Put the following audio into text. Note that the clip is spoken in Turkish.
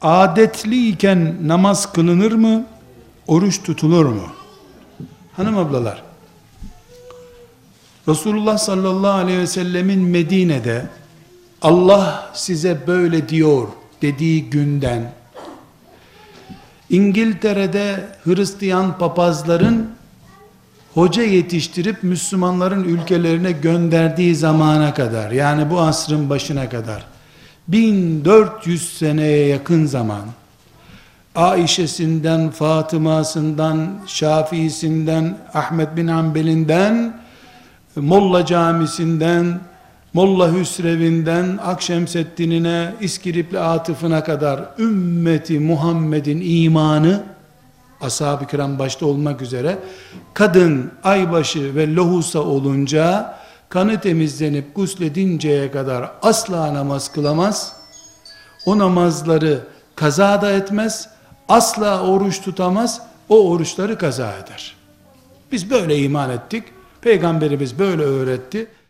adetliyken namaz kılınır mı? Oruç tutulur mu? Hanım ablalar, Resulullah sallallahu aleyhi ve sellemin Medine'de Allah size böyle diyor dediği günden, İngiltere'de Hristiyan papazların hoca yetiştirip Müslümanların ülkelerine gönderdiği zamana kadar, yani bu asrın başına kadar 1400 seneye yakın zaman, Aişe'sinden, Fatıma'sından, Şafii'sinden, Ahmet bin Hanbel'inden, Molla Camisi'nden, Molla Hüsrev'inden, Akşemseddin'ine, İskilipli Atıf'ına kadar ümmeti Muhammed'in imanı, ashab-ı kiram başta olmak üzere, kadın aybaşı ve lohusa olunca kanı temizlenip gusledinceye kadar asla namaz kılamaz, o namazları kaza da etmez, asla oruç tutamaz, o oruçları kaza eder. Biz böyle iman ettik, Peygamberimiz böyle öğretti.